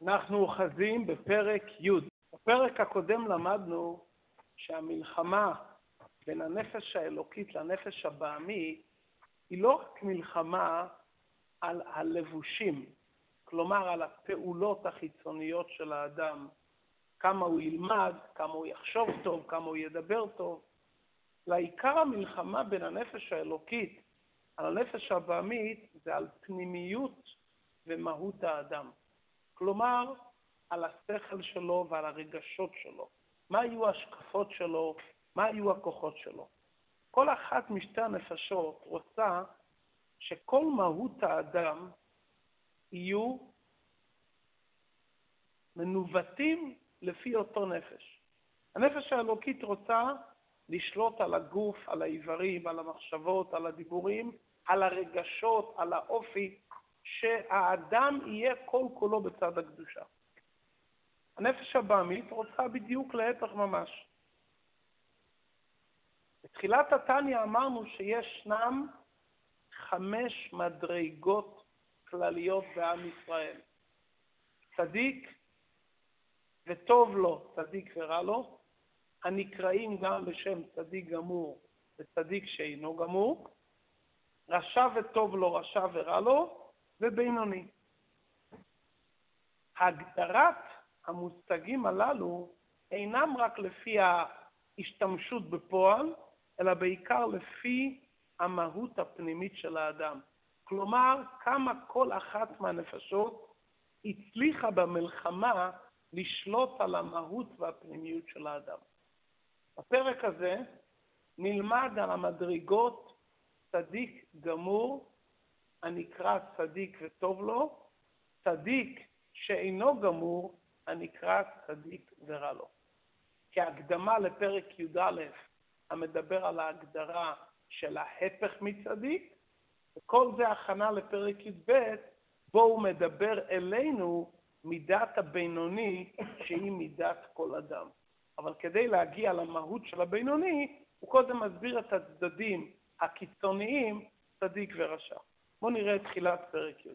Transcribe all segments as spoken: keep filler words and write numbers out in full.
אנחנו אוחזים בפרק י'. בפרק הקודם למדנו שהמלחמה בין הנפש האלוקית לנפש הבהמי היא לא רק מלחמה על הלבושים, כלומר על הפעולות החיצוניות של האדם, כמה הוא ילמד, כמה הוא יחשוב טוב, כמה הוא ידבר טוב. לעיקר המלחמה בין הנפש האלוקית על הנפש הבהמית זה על פנימיות ומהות האדם. כלומר, על השכל שלו ועל הרגשות שלו. מה יהיו ההשקפות שלו, מה יהיו הכוחות שלו. כל אחת משתי הנפשות רוצה שכל מהות האדם יהיו מנווטים לפי אותו נפש. הנפש האלוקית רוצה לשלוט על הגוף, על האיברים, על המחשבות, על הדיבורים, על הרגשות, על האופי, שהאדם יהיה כל כולו בצד הקדושה. הנפש הבהמית רוצה בדיוק להפך ממש. בתחילת התניא אמרנו שישנם חמש מדרגות כלליות בעם ישראל. צדיק וטוב לו, צדיק ורע לו, הנקראים גם בשם צדיק גמור וצדיק שאינו גמור, רשע וטוב לו, רשע ורע לו, ובינוני. הגדרת המושגים הללו אינם רק לפי ההשתמשות בפועל, אלא בעיקר לפי המהות הפנימית של האדם. כלומר, כמה כל אחת מהנפשות הצליחה במלחמה לשלוט על המהות והפנימיות של האדם. בפרק הזה נלמד על המדרגות צדיק גמור, הנקרא צדיק וטוב לו, צדיק שאינו גמור, הנקרא צדיק ורע לו. כהקדמה לפרק י"א, המדבר על ההגדרה של ההפך מצדיק, וכל זה הכנה לפרק י"ב, בו הוא מדבר אלינו מידת הבינוני, שהיא מידת כל אדם. אבל כדי להגיע למהות של הבינוני, הוא קודם מסביר את הצדדים הקיצוניים, צדיק ורשע. בואו נראה את תחילת פרק י'.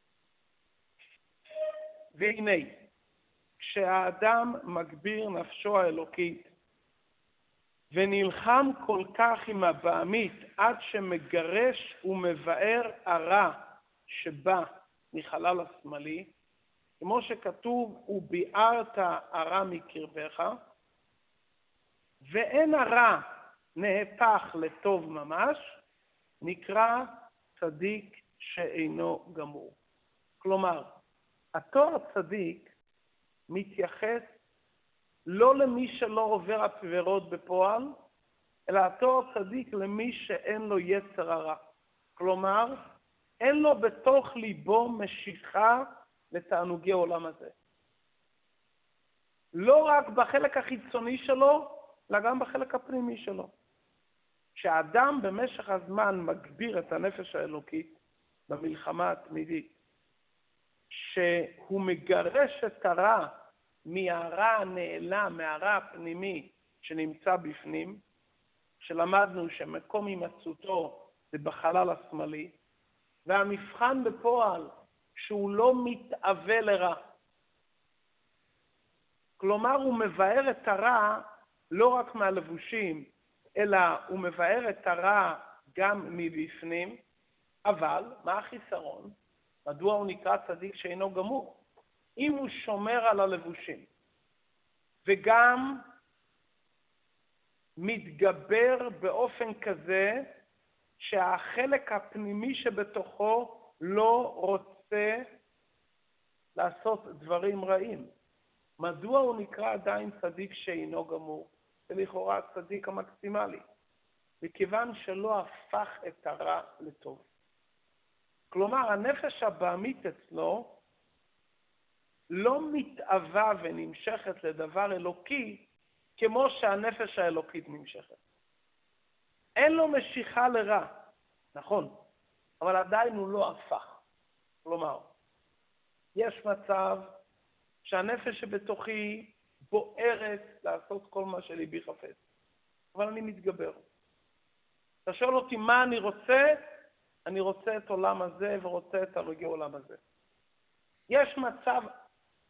והנה, כשהאדם מגביר נפשו האלוקית, ונלחם כל כך עם הבהמית, עד שמגרש ומבאר הרע שבא מחלל השמאלי, כמו שכתוב, וביארת הרע מקרבך, ואין הרע נהפך לטוב ממש, נקרא צדיק שאינו גמור. כלומר, התואר צדיק מתייחס לא למי שלא עובר עבירות בפועל, אלא התואר צדיק למי שאין לו יצר הרע. כלומר, אין לו בתוך ליבו משיכה לתענוגי עולם הזה. לא רק בחלק החיצוני שלו, אלא גם בחלק הפנימי שלו. כשאדם במשך הזמן מגביר את הנפש האלוקית במלחמה התמידית, שהוא מגרש את הרע מהרע הנעלם, מהרע הפנימי שנמצא בפנים, שלמדנו שמקום הימצאותו זה בחלל השמאלי, והמבחן בפועל שהוא לא מתאווה לרע. כלומר, הוא מבאר את הרע לא רק מהלבושים, אלא הוא מבאר את הרע גם מבפנים, אבל מה החיסרון? מדוע הוא נקרא צדיק שאינו גמור? אם הוא שומר על הלבושים, וגם מתגבר באופן כזה שהחלק הפנימי שבתוכו לא רוצה לעשות דברים רעים. מדוע הוא נקרא עדיין צדיק שאינו גמור? זה לכאורה הצדיק המקסימלי, מכיוון שלא הפך את הרע לטוב. כלומר, הנפש הבהמית אצלו לא מתאווה ונמשכת לדבר אלוקי כמו שהנפש האלוקית נמשכת. אין לו משיכה לרע, נכון, אבל עדיין הוא לא הפך. כלומר, יש מצב שהנפש שבתוכי בוערת לעשות כל מה שליבי חפץ, אבל אני מתגבר. אתה שואל אותי מה אני רוצה? אני רוצה את עולם הזה ורוצה את הרגי עולם הזה. יש מצב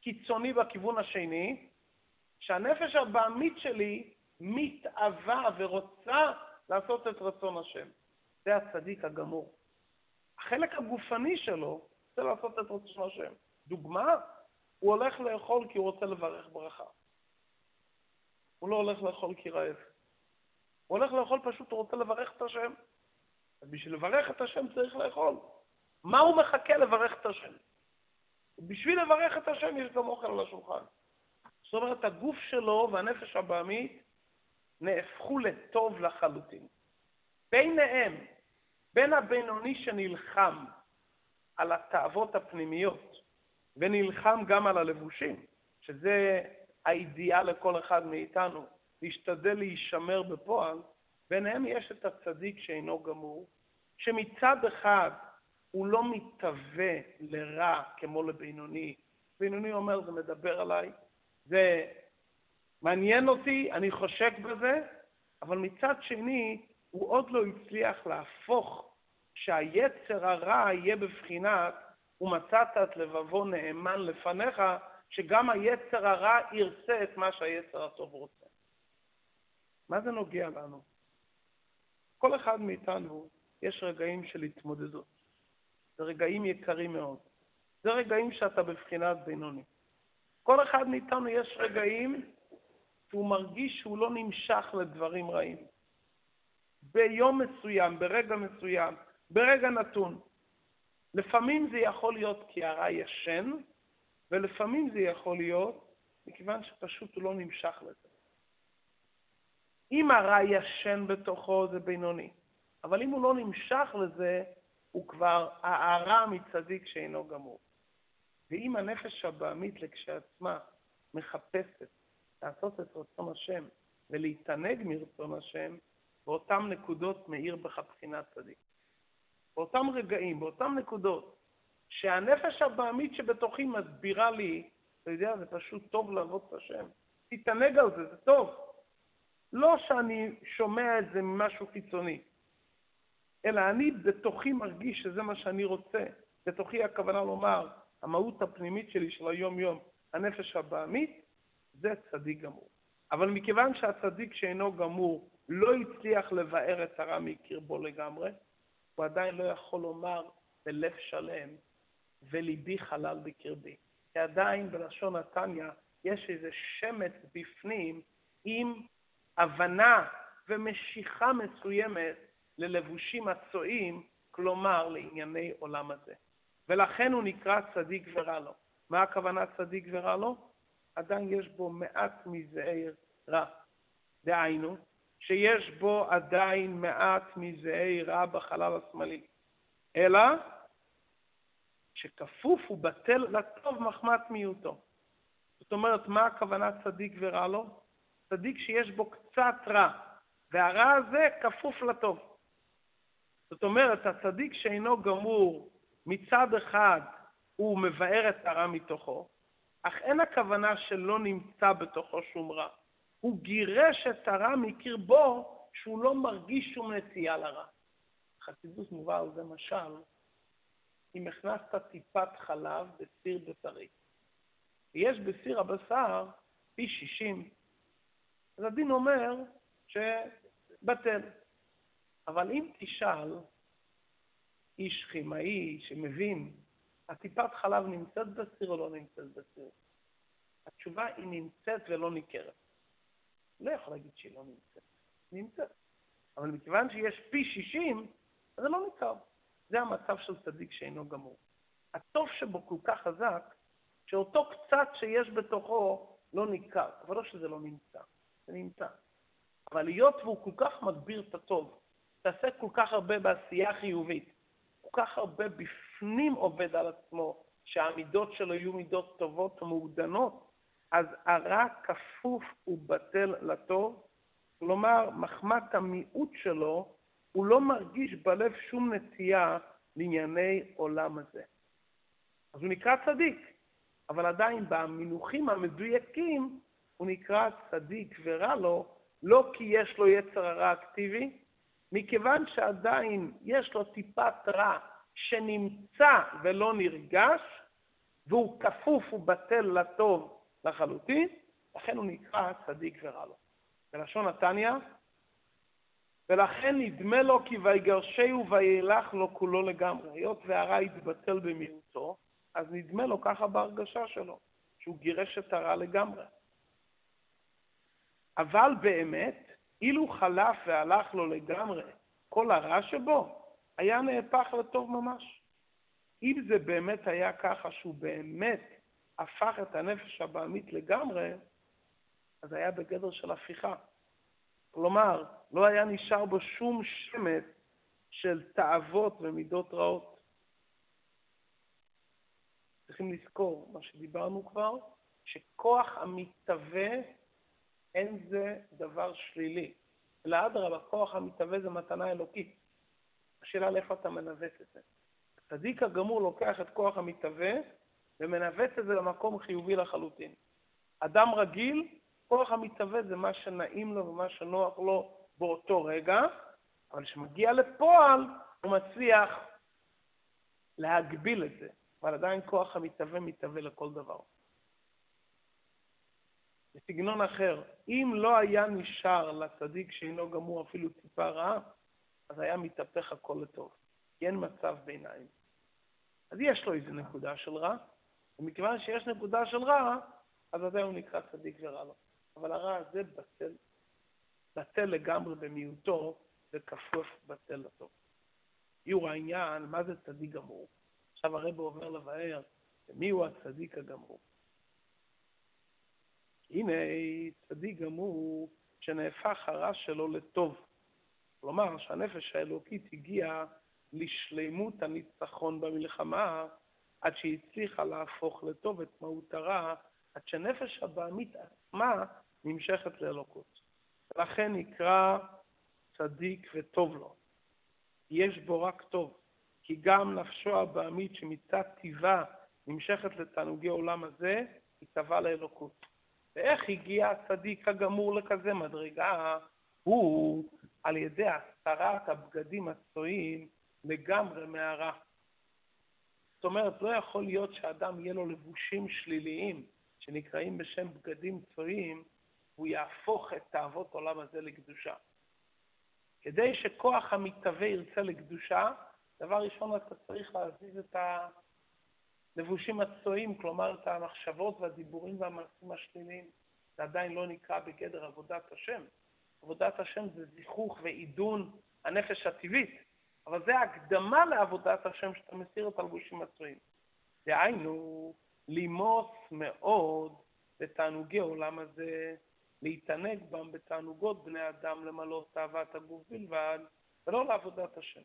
קיצוני בכיוון השני, שהנפש הבעמית שלי מתאווה ורוצה לעשות את רצון השם. זה הצדיק הגמור. החלק הגופני שלו זה לעשות את רצון השם. דוגמה, הוא הולך לאכול כי הוא רוצה לברך ברכה. הוא לא הולך לאכול כי רעב. הוא הולך לאכול פשוט, הוא רוצה לברך את השם. בשביל לברך את השם צריך לאכול. מה הוא מחכה לברך את השם? בשביל לברך את השם יש גם אוכל על השולחן. זאת אומרת, הגוף שלו והנפש הבעמית נהפכו לטוב לחלוטין. ביניהם, בין הבינוני שנלחם על התאוות הפנימיות, ונלחם גם על הלבושים, שזה האידיאל לכל אחד מאיתנו, להשתדל להישמר בפועל, ביניהם יש את הצדיק שאינו גמור, שמצד אחד הוא לא מתהווה לרע כמו לבינוני. בינוני אומר, זה מדבר עליי, זה מעניין אותי, אני חושק בזה, אבל מצד שני, הוא עוד לא הצליח להפוך שהיצר הרע יהיה בבחינת, ומצאת את לבבו נאמן לפניך, שגם היצר הרע ירצה את מה שהיצר הטוב רוצה. מה זה נוגע לנו? כל אחד מאיתנו יש רגעים של התמודדות. זה רגעים יקרים מאוד. זה רגעים שאתה בבחינת בינוני. כל אחד מאיתנו יש רגעים שהוא מרגיש שהוא לא נמשך לדברים רעים. ביום מסוים, ברגע מסוים, ברגע נתון. לפעמים זה יכול להיות כי הרע ישן, ולפעמים זה יכול להיות מכיוון שפשוט הוא לא נמשך לזה. אם הרע ישן בתוכו זה בינוני, אבל אם הוא לא נמשך לזה, הוא כבר הרע מצדיק שאינו גמור. ואם הנפש הבעמית לכשעצמה מחפשת לעשות את רצון השם ולהתענג מרצון השם, באותם נקודות מאיר בך בחינת צדיק. באותם רגעים, באותם נקודות, שהנפש הבעמית שבתוכי מסבירה לי, אתה יודע, זה פשוט טוב לעבוד את השם. תתענג על זה, זה טוב. לא שאני שומע את זה ממשהו חיצוני, אלא אני בתוכי מרגיש שזה מה שאני רוצה. בתוכי הכוונה לומר, המהות הפנימית שלי של היום יום, הנפש הבעמית, זה צדיק גמור. אבל מכיוון שהצדיק שאינו גמור לא הצליח לבאר את הרע מקרבו לגמרי, הוא עדיין לא יכול לומר בלב שלם, וליבי חלל בקרבי. כי עדיין בלשון התניא יש איזה שמץ בפנים עם הבנה ומשיכה מסוימת ללבושים הצועים, כלומר לענייני עולם הזה. ולכן הוא נקרא צדיק ורע לו. מה הכוונה צדיק ורע לו? עדיין יש בו מעט מזעיר רע. דהיינו, שיש בו עדיין מעט מזעיר רע בחלל השמאלי. אלא שכפוף ובטל לטוב מחמת מיעוטו. זאת אומרת, מה הכוונה צדיק ורע לו? צדיק שיש בו קצת רע, והרע הזה כפוף לטוב. זאת אומרת, הצדיק שאינו גמור, מצד אחד הוא מבאר את הרע מתוכו, אך אין הכוונה שלא נמצא בתוכו שום רע. הוא גירש את הרע מקרבו שהוא לא מרגיש שום נטייה לרע. חסידות מובא על זה משל, אם הכנסת טיפת חלב בסיר בשרי. יש בסיר הבשר פי שישים, אז הדין אומר שבטל. אבל אם תשאל איש כימאי שמבין, הטיפת חלב נמצאת בסיר או לא נמצאת בסיר? התשובה היא נמצאת ולא ניכרת. לא יכול להגיד שהיא לא נמצאת. נמצאת. אבל מכיוון שיש פי שישים, אז זה לא ניכר. זה המצב של צדיק שאינו גמור. הטוב שבו כל כך חזק, שאותו קצת שיש בתוכו לא ניכר. אבל לא שזה לא נמצא. זה נמצא. אבל להיות והוא כל כך מגביר את הטוב, תעשה כל כך הרבה בעשייה חיובית, כל כך הרבה בפנים עובד על עצמו, שהעמידות שלו יהיו מידות טובות ומעודנות, אז הרע כפוף ובטל לטוב, כלומר, מחמת המיעוט שלו, הוא לא מרגיש בלב שום נטייה לענייני עולם הזה. אז הוא נקרא צדיק, אבל עדיין במינוחים המדויקים, הוא נקרא צדיק ורע לו, לא כי יש לו יצר הרע אקטיבי, מכיוון שעדיין יש לו טיפת רע שנמצא ולא נרגש, והוא כפוף ובטל לטוב לחלוטין, לכן הוא נקרא צדיק ורע לו. בלשון התניא, ולכן נדמה לו כי ויגרשהו וילך לו כולו לגמרי. היות והרע יתבטל במיעוטו, אז נדמה לו ככה בהרגשה שלו, שהוא גירש את הרע לגמרי. אבל באמת, אילו חלף והלך לו לגמרי כל הרע שבו, היה נהפך לטוב ממש. אם זה באמת היה ככה שהוא באמת הפך את הנפש הבעמית לגמרי, אז היה בגדר של הפיכה. כלומר, לא היה נשאר בו שום שמץ של תאוות ומידות רעות. צריכים לזכור מה שדיברנו כבר, שכוח המתהווה אין זה דבר שלילי. אלא אדרבה, כוח המתהווה זה מתנה אלוקית. השאלה לאיפה אתה מנווט את זה. הצדיק הגמור לוקח את כוח המתהווה ומנווט את זה למקום חיובי לחלוטין. אדם רגיל, כוח המתהווה זה מה שנעים לו ומה שנוח לו באותו רגע, אבל כשמגיע לפועל הוא מצליח להגביל את זה. אבל עדיין כוח המתהווה מתהווה לכל דבר. בסגנון אחר, אם לא היה נשאר לצדיק שאינו גמור אפילו טיפה רע, אז היה מתהפך הכל לטוב. כי אין מצב ביניים. אז יש לו איזו נקודה של רע, ומכיוון שיש נקודה של רע, אז עדיין הוא נקרא צדיק ורע לו. אבל הרע הזה בטל, בטל לגמרי במיעוטו, וכפוף בטל לטוב. יור העניין, מה זה צדיק גמור? עכשיו הרב עובר לבאר, מי הוא הצדיק הגמור? הנה צדיק גמור שנהפך הרע שלו לטוב. כלומר שהנפש האלוקית הגיעה לשלימות הניצחון במלחמה, עד שהיא הצליחה להפוך לטוב את מהות הרע, עד שנפש הבעמית עצמה נמשכת לאלוקות. ולכן נקרא צדיק וטוב לו. יש בו רק טוב, כי גם נפשו הבעמית שמצד טבעה נמשכת לתענוגי עולם הזה, היא טבעה לאלוקות. ואיך הגיע הצדיק הגמור לכזה מדרגה? הוא על ידי הסתרת הבגדים הצועים לגמרי מהרע. זאת אומרת, לא יכול להיות שאדם יהיה לו לבושים שליליים שנקראים בשם בגדים צועים, הוא יהפוך את תאוות עולם הזה לקדושה. כדי שכוח המתהווה ירצה לקדושה, דבר ראשון אתה צריך להזיז את הלבושים הצועים, כלומר את המחשבות והדיבורים והמעשים השליליים. זה עדיין לא נקרא בגדר עבודת השם. עבודת השם זה זיכוך ועידון הנפש הטבעית, אבל זה הקדמה לעבודת השם שאתה מסיר את הלבושים הצועים. דהיינו, לימוס מאוד בתענוגי עולם הזה, להתענג בם בתענוגות בני אדם למלא תאוות הגוף בלבד, ולא לעבודת השם.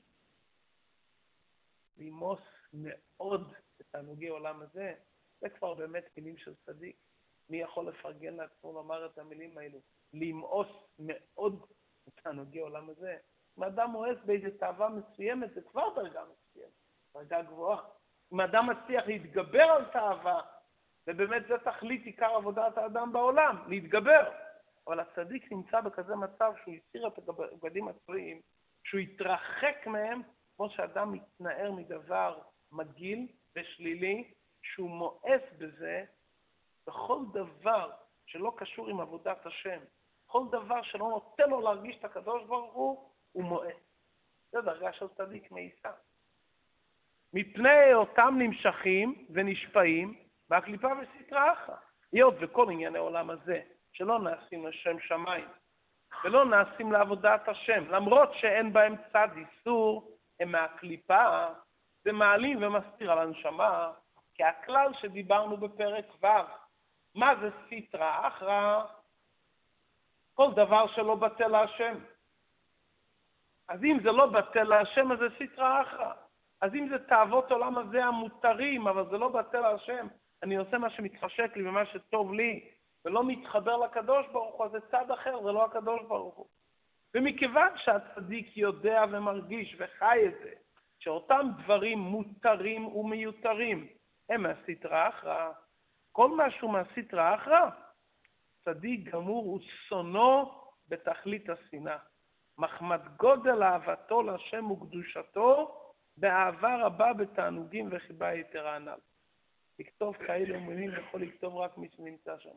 לימוס מאוד בתענוגי עולם הזה, זה כבר באמת מילים של צדיק. מי יכול לפרגן לעצמו לומר את המילים האלו? למאוס מאוד בתענוגי עולם הזה. אם אדם מואס באיזו תאווה מסוימת, זה כבר דרגה מסוימת, דרגה גבוהה. אם אדם מצליח להתגבר על תאווה, ובאמת זה תכלית עיקר עבודת האדם בעולם, להתגבר. אבל הצדיק נמצא בכזה מצב שהוא יסיר את הבגדים הצועים, שהוא יתרחק מהם, כמו שאדם מתנער מדבר מגעיל ושלילי, שהוא מואס בזה, בכל דבר שלא קשור עם עבודת השם, כל דבר שלא נותן לו להרגיש את הקדוש ברוך הוא, הוא מואס. זה דרגה של צדיק מאיסה. מפני אותם נמשכים ונשפעים, והקליפה וסתרה אחת. היות וכל ענייני העולם הזה, שלא נעשים לשם שמיים, ולא נעשים לעבודת השם, למרות שאין בהם צד איסור, הם מהקליפה, זה מעלים ומסתיר על הנשמה, כי הכלל שדיברנו בפרק ו', מה זה סתרה אחרא? כל דבר שלא בטל להשם. אז אם זה לא בטל להשם, אז זה סתרה אחרא. אז אם זה תאוות עולם הזה המותרים, אבל זה לא בטל להשם, אני עושה מה שמתחשק לי ומה שטוב לי, ולא מתחבר לקדוש ברוך הוא, אז זה צד אחר, זה לא הקדוש ברוך הוא. ומכיוון שהצדיק יודע ומרגיש וחי את זה, שאותם דברים מותרים ומיותרים הם מהסתרה אחרא, כל משהו מהסתרה אחרא, צדיק גמור הוא שונא בתכלית השנאה. מחמת גודל אהבתו להשם וקדושתו, באהבה רבה בתענוגים וחיבה יתרה הנ"ל. לכתוב כאלה מילים יכול לכתוב רק מי שנמצא שם.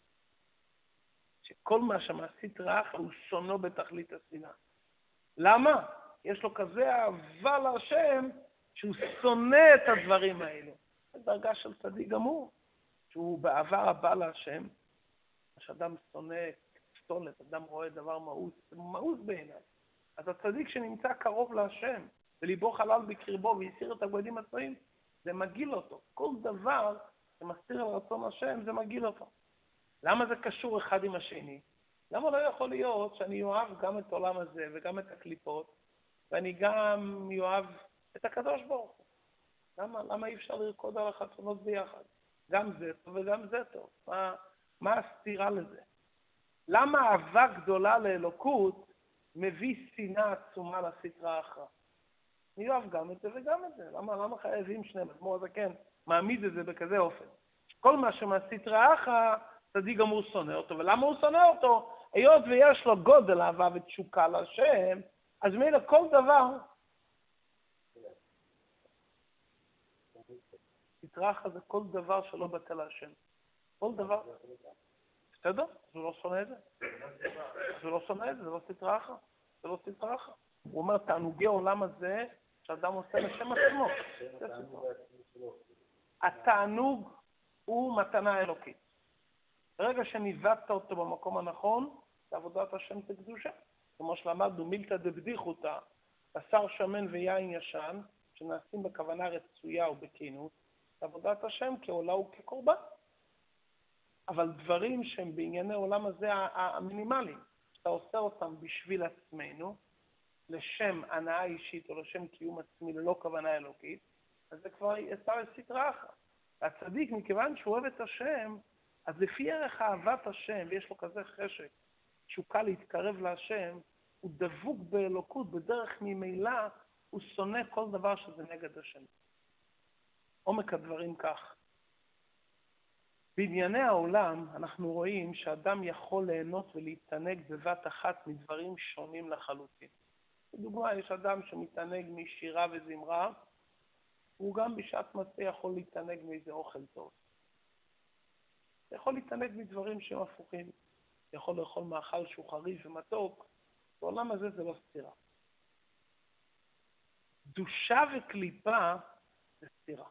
שכל מה שמעשית רעך הוא שונו בתכלית השנאה. למה? יש לו כזה אהבה להשם שהוא שונא את הדברים האלו. זו דרגה של צדיק גמור, שהוא באהבה רבה להשם. כשאדם שונא פסולת, אדם רואה דבר מאוס, זה מאוס בעיניי. אז הצדיק שנמצא קרוב להשם, וליבו חלל בקרבו ויסיר את הבגדים הצבעים, זה מגיל אותו. כל דבר שמסתיר על רצון השם, זה מגיל אותו. למה זה קשור אחד עם השני? למה לא יכול להיות שאני אוהב גם את העולם הזה וגם את הקליפות, ואני גם אוהב את הקדוש ברוך הוא? למה, למה אי אפשר לרקוד על החתונות ביחד? גם זה טוב וגם זה טוב. מה, מה הסתירה לזה? למה אהבה גדולה לאלוקות מביא שנאה עצומה לסטרה אחרא? אני אוהב גם את זה וגם את זה. למה, למה חייבים שניהם? אדמו"ר הזקן מעמיד את זה בכזה אופן. כל מה שמהסטרה אחרא, צדיק גמור שונא אותו. ולמה הוא שונא אותו? היות ויש לו גודל אהבה ותשוקה להשם, אז מילא כל דבר, סטרה אחרא זה כל דבר שלא בטל להשם. כל דבר. בסדר? אז הוא לא שונא את זה. אז הוא לא שונא את זה, זה לא סטרה אחרא. זה לא סטרה אחרא. הוא אומר, תענוגי העולם הזה, שאדם עושה לשם עצמו. התענוג הוא מתנה אלוקית. ברגע שניווטת אותו במקום הנכון, עבודת השם זה קדושה. כמו שלמדנו, מילתא דבדיחותא, בשר שמן ויין ישן, שנעשים בכוונה רצויה ובכנות, עבודת השם כעולה וכקורבן. אבל דברים שהם בענייני העולם הזה המינימליים, שאתה עושה אותם בשביל עצמנו, לשם הנאה אישית או לשם קיום עצמי ללא כוונה אלוקית, אז זה כבר יצא לסטרה אחרא. הצדיק, מכיוון שהוא אוהב את השם, אז לפי ערך אהבת השם, ויש לו כזה חשק, תשוקה להתקרב להשם, הוא דבוק באלוקות, בדרך ממילא הוא שונא כל דבר שזה נגד השם. עומק הדברים כך. בענייני העולם אנחנו רואים שאדם יכול ליהנות ולהתענג בבת אחת מדברים שונים לחלוטין. לדוגמה, יש אדם שמתענג משירה וזמרה, הוא גם בשעת מעשה יכול להתענג מאיזה אוכל טוב. יכול להתענג מדברים שהם הפוכים. יכול לאכול מאכל שהוא חריף ומתוק. בעולם הזה זה לא סתירה. קדושה וקליפה זה סתירה.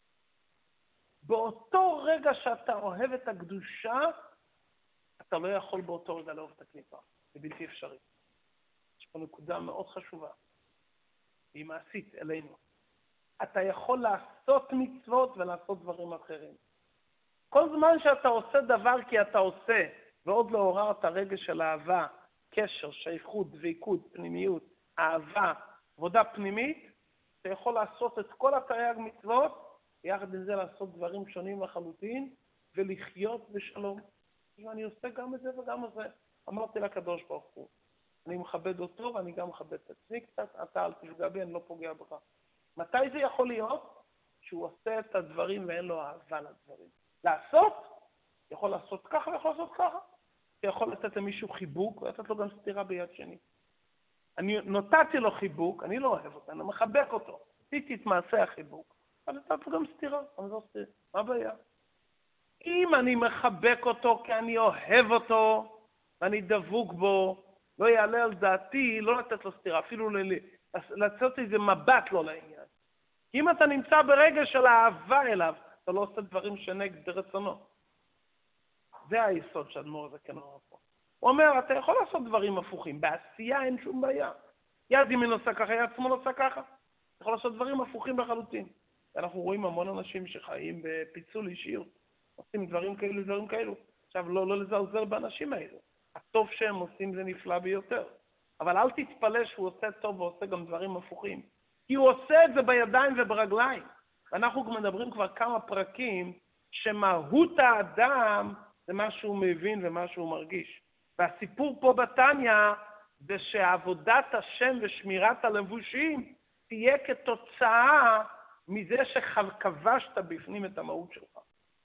באותו רגע שאתה אוהב את הקדושה, אתה לא יכול באותו רגע לאהוב את הקליפה. זה בלתי אפשרי. יש פה נקודה מאוד חשובה. היא מעשית אלינו. אתה יכול לעשות מצוות ולעשות דברים אחרים. כל זמן שאתה עושה דבר כי אתה עושה, ועוד לא עוררת רגע של אהבה, קשר, שייכות, דבקות, פנימיות, אהבה, עבודה פנימית, אתה יכול לעשות את כל התרי"ג מצוות, יחד עם זה לעשות דברים שונים לחלוטין, ולחיות בשלום. ואני עושה גם את זה וגם את זה. אמרתי לקדוש ברוך הוא, אני מכבד אותו ואני גם מכבד את עצמי קצת, אתה אל תפגע בי, אני לא פוגע בך. מתי זה יכול להיות? שהוא עושה את הדברים ואין לו אהבה לדברים. לעשות, יכול לעשות ככה ויכול לעשות ככה. יכול לתת למישהו חיבוק ולתת לו גם סתירה ביד שני. אני נותתי לו חיבוק, אני לא אוהב אותו, אני מחבק אותו. עשיתי את מעשה החיבוק, אבל נתת לו גם סתירה. אני לא סתירה. מה הבעיה? אם אני מחבק אותו כי אני אוהב אותו ואני דבוק בו, לא יעלה על דעתי לא לתת לו סתירה, אפילו לצאת איזה מבט לא לעניין. כי אם אתה נמצא ברגע של האהבה אליו, אתה לא עושה דברים שנגד רצונו. זה היסוד שאדמו"ר הזקן אומר פה. הוא אומר, אתה יכול לעשות דברים הפוכים. בעשייה אין שום בעיה. יד ימין עושה ככה, יד שמאל עושה ככה. אתה יכול לעשות דברים הפוכים לחלוטין. אנחנו רואים המון אנשים שחיים בפיצול אישיות. עושים דברים כאלו, דברים כאלו. עכשיו, לא, לא לזלזל באנשים האלו. הטוב שהם עושים זה נפלא ביותר. אבל אל תתפלא שהוא עושה טוב ועושה גם דברים הפוכים. כי הוא עושה את זה בידיים וברגליים. ואנחנו מדברים כבר כמה פרקים שמהות האדם זה מה שהוא מבין ומה שהוא מרגיש. והסיפור פה בתניא זה שעבודת השם ושמירת הלבושים תהיה כתוצאה מזה שכבשת בפנים את המהות שלך.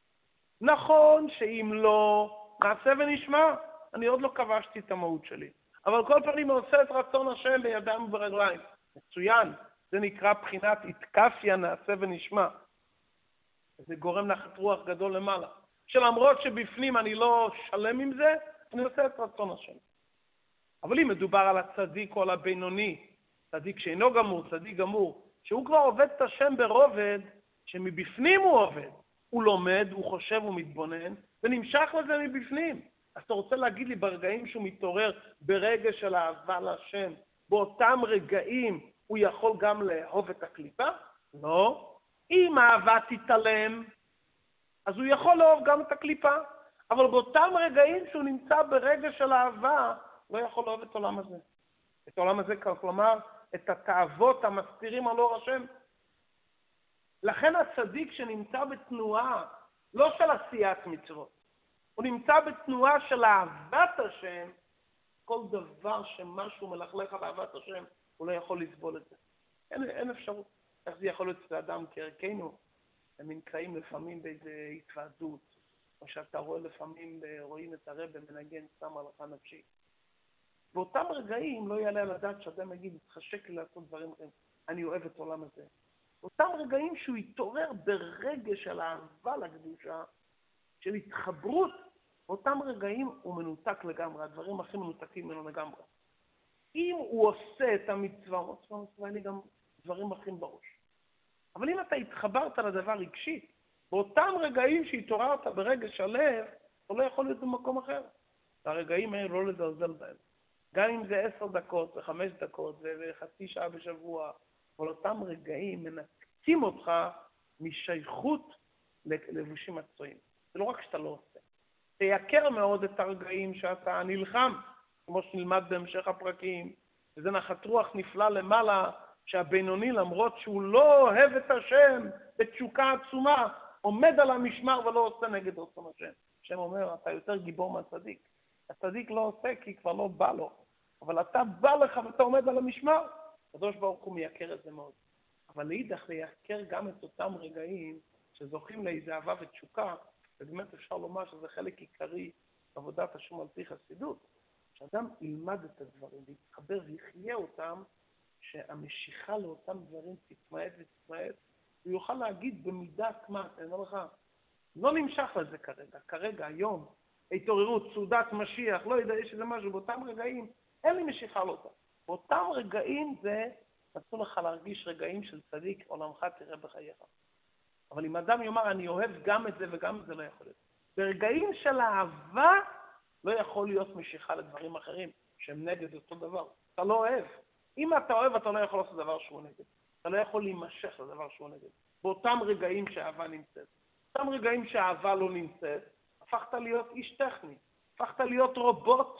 נכון שאם לא, נעשה ונשמע, אני עוד לא כבשתי את המהות שלי. אבל כל פעמים הוא עושה את רצון השם בידיים וברגליים. מצוין, זה נקרא בחינת התקפיה נעשה ונשמע. זה גורם נחת רוח גדול למעלה. שלמרות שבפנים אני לא שלם עם זה, אני עושה את רצון השם. אבל אם מדובר על הצדיק או על הבינוני, צדיק שאינו גמור, צדיק גמור, שהוא כבר עובד את השם ברובד, שמבפנים הוא עובד. הוא לומד, הוא חושב, הוא מתבונן, ונמשך לזה מבפנים. אז אתה רוצה להגיד לי ברגעים שהוא מתעורר ברגע של אהבה להשם, באותם רגעים הוא יכול גם לאהוב את הקליפה? לא. אם האהבה תתעלם, אז הוא יכול לאהוב גם את הקליפה, אבל באותם רגעים שהוא נמצא ברגע של אהבה, לא יכול לאהוב את העולם הזה. את העולם הזה, כלומר, את התאוות המסתירים על אור השם. לכן הצדיק שנמצא בתנועה, לא של עשיית מצוות, הוא נמצא בתנועה של אהבת השם, כל דבר שמשהו מלכלך על אהבת השם, הוא לא יכול לסבול את זה. אין, אין אפשרות. איך זה יכול להיות אצל אדם כערכנו? הם נמצאים לפעמים באיזו התוועדות, או שאתה רואה לפעמים, רואים את הרב מנגן סתם הלכה נפשית. באותם רגעים לא יעלה על הדעת שאדם יגיד, התחשק לי לעשות דברים אחרים, אני אוהב את העולם הזה. באותם רגעים שהוא יתעורר ברגע של אהבה לקדושה, של התחברות, באותם רגעים הוא מנותק לגמרי, הדברים הכי מנותקים ממנו לגמרי. אם הוא עושה את המצווה, הוא עושה מצווה, אין לי גם דברים אחרים בראש. אבל אם אתה התחברת לדבר רגשי, באותם רגעים שהתעוררת ברגע שלב, אתה לא יכול להיות במקום אחר. והרגעים האלה לא לזלזל בהם. גם אם זה עשר דקות וחמש דקות וחצי שעה בשבוע, אבל אותם רגעים מנתקים אותך משייכות ללבושים מקצועיים. זה לא רק שאתה לא עושה. תייקר מאוד את הרגעים שאתה נלחם, כמו שנלמד בהמשך הפרקים, וזה נחת רוח נפלא למעלה, שהבינוני, למרות שהוא לא אוהב את השם בתשוקה עצומה, עומד על המשמר ולא עושה נגד רצון השם. השם אומר, אתה יותר גיבור מהצדיק. הצדיק לא עושה כי כבר לא בא לו, אבל אתה בא לך ואתה עומד על המשמר. הקדוש ברוך הוא מייקר את זה מאוד. אבל להידך לייקר גם את אותם רגעים שזוכים לאיזה אהבה ותשוקה, ובאמת אפשר לומר שזה חלק עיקרי בעבודת השם על פי חסידות, שאדם ילמד את הדברים ויתחבר ויחיה אותם, שהמשיכה לאותם דברים תתמעט ותתמעט, הוא יוכל להגיד במידת מה, אני אומר לך, לא נמשך לזה כרגע, כרגע, היום, התעוררות, סעודת משיח, לא יודע, יש איזה משהו, באותם רגעים, אין לי משיכה לאותם. באותם רגעים זה, נתנו לך להרגיש רגעים של צדיק, עולמך תראה בחייך. אבל אם אדם יאמר, אני אוהב גם את זה וגם את זה, לא יכול להיות. ברגעים של אהבה, לא יכול להיות משיכה לדברים אחרים, שהם נגד אותו דבר. אתה לא אוהב. אם אתה אוהב, אתה לא יכול לעשות דבר שהוא נגד. אתה לא יכול להימשך לדבר שהוא נגד. באותם רגעים שהאהבה נמצאת. באותם רגעים שהאהבה לא נמצאת, הפכת להיות איש טכני. הפכת להיות רובוט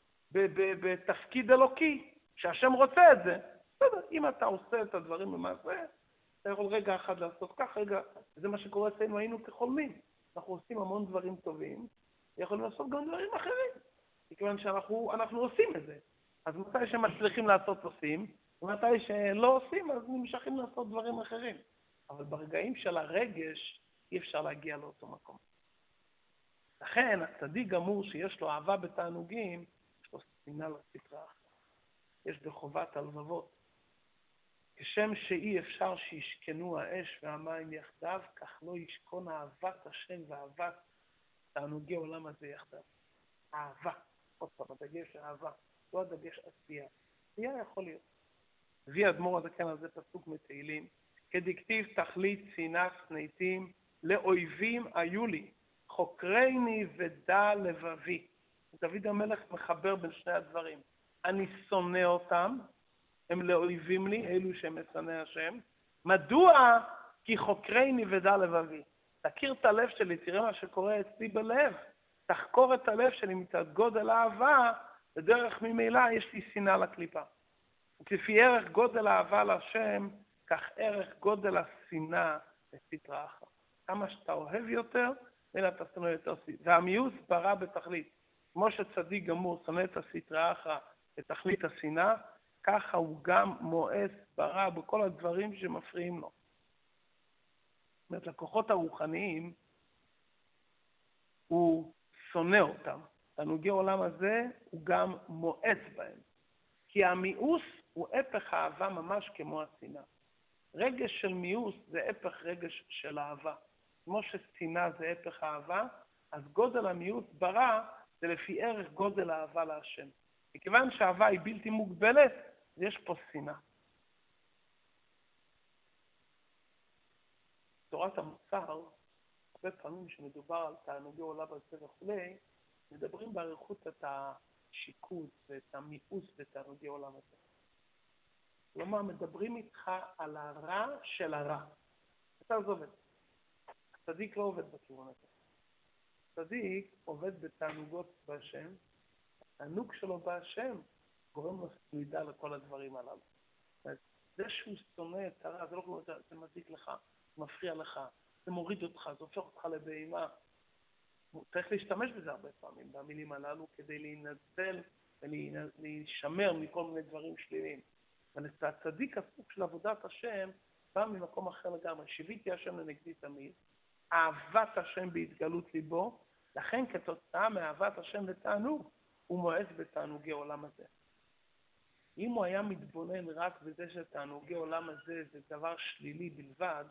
בתפקיד אלוקי, שהשם רוצה את זה. בסדר, אם אתה עושה את הדברים במעשה, אתה יכול רגע אחד לעשות כך, רגע, זה מה שקורה אצלנו, היינו כחולמים. אנחנו עושים המון דברים טובים, יכולים לעשות גם דברים אחרים. מכיוון שאנחנו אנחנו עושים את זה. אז מתי שמצליחים לעשות עושים, ומתי שלא עושים, אז נמשכים לעשות דברים אחרים. אבל ברגעים של הרגש, אי אפשר להגיע לאותו מקום. לכן, הצדיק גמור שיש לו אהבה בתענוגים, יש לו שנאה לסטרא אחרא. יש בחובת הלבבות. כשם שאי אפשר שישכנו האש והמים יחדיו, כך לא ישכון אהבת השם ואהבת תענוגי עולם הזה יחדיו. אהבה. עוד פעם, הדגש אהבה. לא הדגש עשייה. עשייה יכול להיות. הביא אדמו"ר הזקן על זה פסוק מתהילים, כדכתיב תכלית שנאת שנאתים, לאויבים היו לי, חוקרני ודע לבבי. דוד המלך מחבר בין שני הדברים. אני שונא אותם, הם לאויבים לי, אלו שהם משנא השם. מדוע? כי חוקרני ודע לבבי. תכיר את הלב שלי, תראה מה שקורה אצלי בלב. תחקור את הלב שלי מצד גודל האהבה, בדרך ממילא יש לי שנאה לקליפה. וכפי ערך גודל האהבה להשם, כך ערך גודל השנאה לסטרא אחרא. כמה שאתה אוהב יותר, אלא אתה שונא יותר. והמיאוס ברא בתכלית. כמו שצדיק גמור שונא את הסטרא אחרא בתכלית השנאה, ככה הוא גם מואס ברא בכל הדברים שמפריעים לו. זאת אומרת, לקוחות הרוחניים, הוא שונא אותם. תענוגי העולם הזה הוא גם מואס בהם. כי המיאוס הוא הפך האהבה ממש כמו השנאה. רגש של מיאוס זה הפך רגש של אהבה. זאת כמו ששנאה זה הפך אהבה, אז גודל המיעוט ברע זה לפי ערך גודל האהבה להשם. מכיוון שהאהבה היא בלתי מוגבלת, יש פה שנאה. תורת המוסר, הרבה פעמים שמדובר על תענוגי עולם הזה וכולי, מדברים באריכות את השיקוט ואת המיאוס בתענוגי עולם הזה. כלומר, מדברים איתך על הרע של הרע. אתה זה עובד. הצדיק לא עובד בכיוון הזה. הצדיק עובד בתענוגות בהשם, התענוג שלו בהשם גורם לו סלידה לכל הדברים הללו. זה שהוא שונא את הרע, זה לא כמו זה, זה מזיק לך, זה מפריע לך, זה מוריד אותך, זה הופך אותך לבהמה. צריך להשתמש בזה הרבה פעמים, במילים הללו, כדי להינצל ולהישמר מכל מיני דברים שליליים. והצדיק הסוג של עבודת השם בא ממקום אחר לגמרי. שיוויתי השם לנגדי תמיד, אהבת השם בהתגלות ליבו, לכן כתוצאה מאהבת השם ותענוג, הוא מואס בתענוגי עולם הזה. אם הוא היה מתבונן רק בזה שתענוגי עולם הזה זה דבר שלילי בלבד,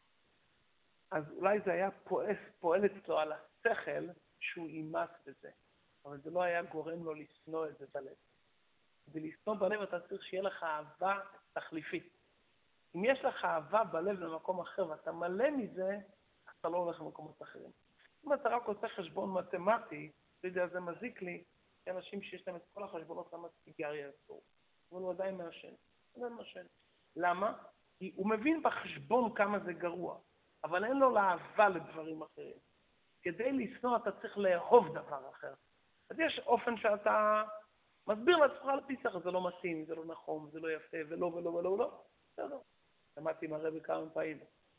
אז אולי זה היה פועל, פועל אצלו על השכל שהוא אימץ בזה, אבל זה לא היה גורם לו לשנוא את זה בלב. ולשנוא בלב אתה צריך שיהיה לך אהבה תחליפית. אם יש לך אהבה בלב למקום אחר ואתה מלא מזה, אתה לא הולך למקומות אחרים. אם אתה רק עושה חשבון מתמטי, אתה יודע, זה מזיק לי, כי אנשים שיש להם את כל החשבונות למה סיגריה אסור. אבל הוא עדיין מעשן. הוא עדיין מעשן. למה? כי הוא מבין בחשבון כמה זה גרוע, אבל אין לו לאהבה לדברים אחרים. כדי לשנוא אתה צריך לאהוב דבר אחר. אז יש אופן שאתה מסביר לעצמך על פי שכל, זה לא מתאים, זה לא נכון, זה לא יפה, ולא ולא ולא ולא. בסדר. שמעתי עם הרבי כמה פעמים.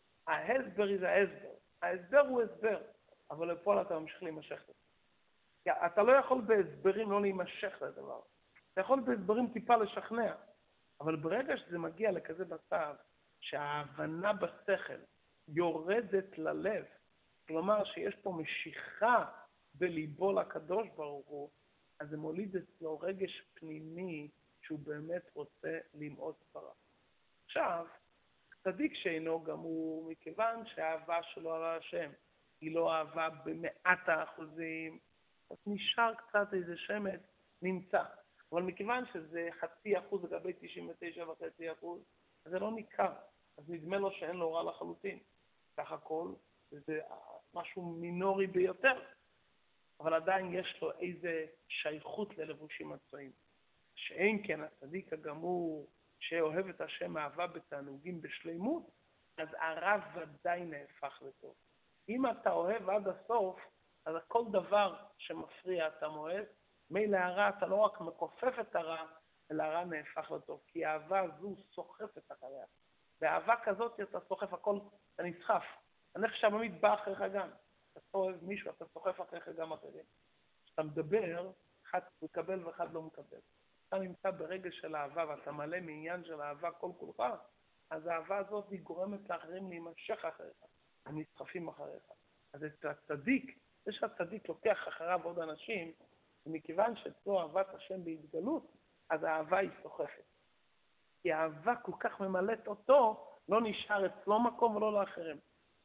ההסבר זה ההסבר. ההסבר הוא הסבר, אבל לפועל אתה ממשיך להימשך לזה. אתה לא יכול בהסברים לא להימשך לדבר. אתה יכול בהסברים טיפה לשכנע, אבל ברגע שזה מגיע לכזה מצב, שההבנה בשכל יורדת ללב, כלומר שיש פה משיכה בליבו לקדוש ברוך הוא, אז זה מוליד אצלו רגש פנימי שהוא באמת רוצה למעוט ברע. עכשיו, צדיק שאינו גמור, מכיוון שהאהבה שלו על השם היא לא אהבה במאת האחוזים, אז נשאר קצת איזה שמץ נמצא. אבל מכיוון שזה חצי אחוז לגבי תשעים ותשע וחצי אחוז, אז זה לא ניכר. אז נדמה לו שאין לו רע לחלוטין. כך הכל, זה משהו מינורי ביותר. אבל עדיין יש לו איזה שייכות ללבושים הצועים. שאין כן הצדיק הגמור, שאוהב את השם אהבה בתענוגים בשלימות, אז הרע ודאי נהפך לטוב. אם אתה אוהב עד הסוף, אז כל דבר שמפריע אתה מואס, מילא הרע אתה לא רק מכופף את הרע, אלא הרע נהפך לטוב, כי האהבה הזו סוחפת אחריה. באהבה כזאת אתה סוחף הכל, אתה נסחף. הנפש העממית בא אחריך גם. אתה אוהב מישהו, אתה סוחף אחריך גם אחרים. כשאתה מדבר, אחד מקבל ואחד לא מקבל. אתה נמצא ברגע של אהבה ואתה מלא מעניין של אהבה כל כולך, אז האהבה הזאת היא גורמת לאחרים להימשך אחריך, הם נסחפים אחריך. אז אצל הצדיק, זה שהצדיק לוקח אחריו עוד אנשים, ומכיוון שאצלו אהבת השם בהתגלות, אז האהבה היא סוחפת. כי האהבה כל כך ממלאת אותו, לא נשאר אצלו מקום ולא לאחרים.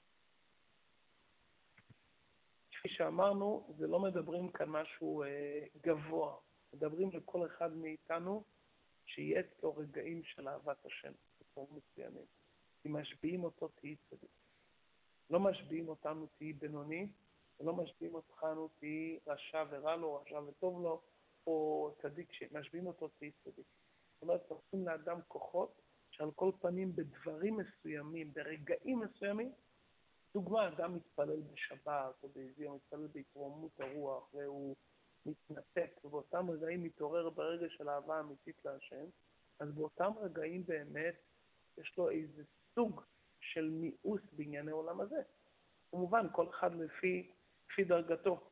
כפי שאמרנו, זה לא מדברים כאן משהו אה, גבוה. מדברים לכל אחד מאיתנו שיהיה אצלו רגעים של אהבת השם, בצורים מסוימים. אם משביעים אותו, תהי צדיק. לא משביעים אותנו, תהי בינוני, ולא משביעים אותנו, תהי רשע ורע לו, רשע וטוב לו, או צדיק שמשביעים אותו, תהי צדיק. זאת אומרת, נותנים לאדם כוחות שעל כל פנים בדברים מסוימים, ברגעים מסוימים, דוגמה, אדם מתפלל בשבת או באיזה יום, מתפלל בהתרוממות הרוח, והוא מתנתק, ובאותם רגעים מתעורר ברגע של אהבה אמיתית להשם, אז באותם רגעים באמת יש לו איזה סוג של מיאוס בענייני עולם הזה. כמובן, כל אחד לפי, לפי דרגתו.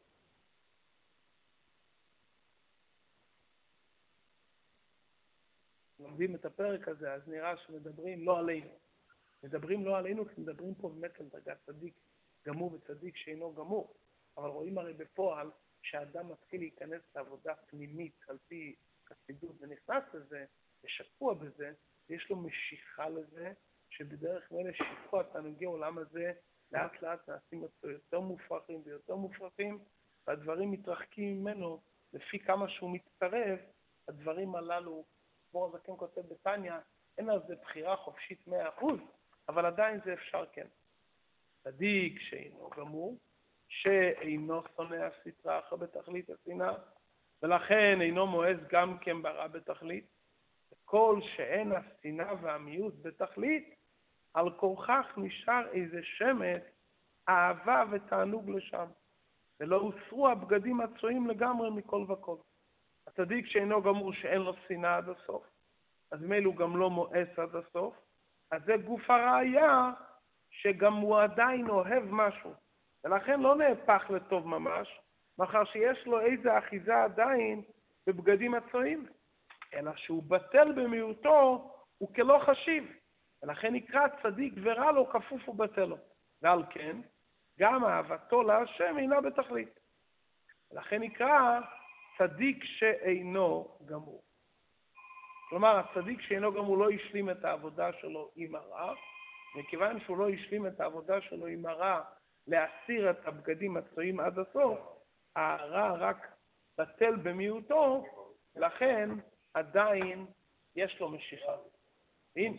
לומדים את הפרק הזה, אז נראה שמדברים לא עלינו. מדברים לא עלינו, כי מדברים פה באמת על דרגת צדיק גמור וצדיק שאינו גמור. אבל רואים הרי בפועל שהאדם מתחיל להיכנס לעבודה פנימית על פי חסידות ונכנס לזה, ושקוע בזה, יש לו משיכה לזה, שבדרך מלא שיקוע תענוגי עולם הזה לאט לאט נעשים אותו יותר מופרכים ויותר מופרכים, והדברים מתרחקים ממנו לפי כמה שהוא מצטרף. הדברים הללו, כמו הזקן כותב בתניא, אין על זה בחירה חופשית מאה אחוז, אבל עדיין זה אפשר כן. צדיק שאינו גמור, שאינו שונא הסטרא אחר בתכלית השנאה, ולכן אינו מואס גם כן ברע בתכלית. כל שאין השנאה והמיאוס בתכלית, על כורכך נשאר איזה שמץ אהבה ותענוג לשם, ולא הוסרו הבגדים הצועים לגמרי מכל וכל. הצדיק שאינו גמור, שאין לו שנאה עד הסוף, אז מילא הוא גם לא מואס עד הסוף, אז זה גוף הראיה שגם הוא עדיין אוהב משהו, ולכן לא נהפך לטוב ממש, מאחר שיש לו איזה אחיזה עדיין בבגדים הצועים, אלא שהוא בטל במיעוטו, הוא כלא חשיב, ולכן נקרא צדיק ורע לו כפוף ובטל לו. ועל כן, גם אהבתו להשם אינה בתכלית. ולכן נקרא צדיק שאינו גמור. כלומר, הצדיק שאינו גמור לא השלים את העבודה שלו עם הרע, וכיוון שהוא לא השלים את העבודה שלו עם הרע להסיר את הבגדים הצועים עד הסוף, הרע רק בטל במיעוטו, לכן עדיין יש לו משיכה. הנה.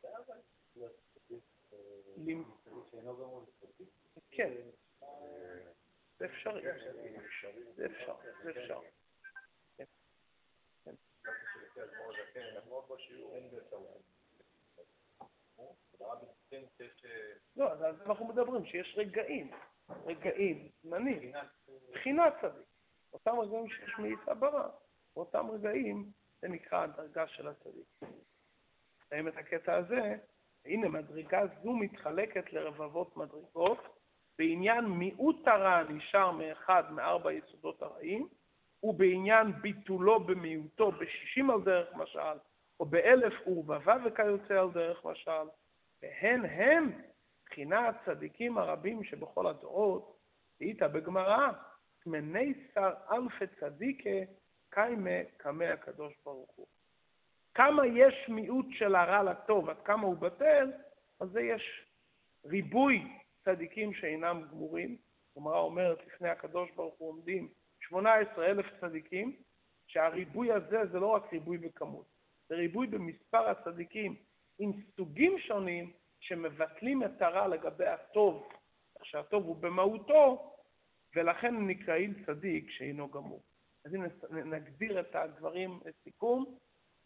כן. זה אפשרי. זה אפשר. זה אפשר. לא, אז אנחנו מדברים שיש רגעים, רגעים, זמנים, בחינת צדיק. אותם רגעים שיש מאיסה ברע, ואותם רגעים זה נקרא הדרגה של הצדיק. נסיים את הקטע הזה, הנה מדרגה זו מתחלקת לרבבות מדרגות, בעניין מיעוט הרע נשאר מאחד מארבע יסודות הרעים, ובעניין ביטולו במיעוטו בשישים על דרך משל, או באלף עורבבה וכיוצא על דרך משל, והן הם בחינת הצדיקים הרבים שבכל הדורות, היית בגמרא, מני שר אלפי צדיקה קיימה קמא הקדוש ברוך הוא. כמה יש מיעוט של הרע לטוב, עד כמה הוא בטל, אז זה יש ריבוי צדיקים שאינם גמורים. הגמרא אומרת, לפני הקדוש ברוך הוא עומדים שמונה עשרה אלף צדיקים, שהריבוי הזה זה לא רק ריבוי בכמות, זה ריבוי במספר הצדיקים עם סוגים שונים שמבטלים את הרע לגבי הטוב, שהטוב הוא במהותו, ולכן נקראים צדיק שאינו גמור. אז אם נגדיר את הדברים לסיכום,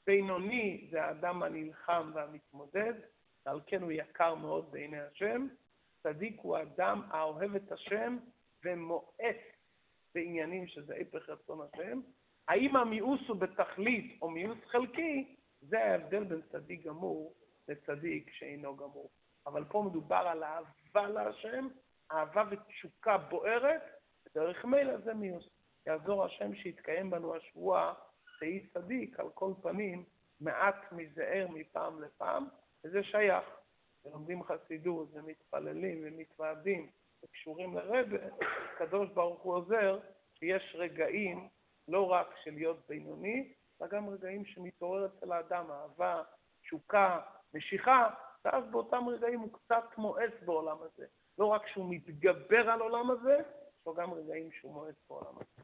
בינוני זה האדם הנלחם והמתמודד, ועל כן הוא יקר מאוד בעיני השם. צדיק הוא האדם האוהב את השם ומואס בעניינים שזה הפך רצון השם. האם המיאוס הוא בתכלית או מיאוס חלקי, זה ההבדל בין צדיק גמור לצדיק שאינו גמור. אבל פה מדובר על אהבה להשם, אהבה ותשוקה בוערת, ודרך מילא זה מיאוס. יעזור השם שיתקיים בנו השבוע, תהי צדיק על כל פנים, מעט מזער מפעם לפעם, וזה שייך. ולומדים חסידות ומתפללים ומתוועדים וקשורים לרבה, הקדוש ברוך הוא עוזר שיש רגעים לא רק של להיות בינוני, אלא גם רגעים שמתעורר אצל האדם, אהבה, תשוקה, משיכה, ואז באותם רגעים הוא קצת מואס בעולם הזה. לא רק שהוא מתגבר על עולם הזה, יש לו גם רגעים שהוא מואס בעולם הזה.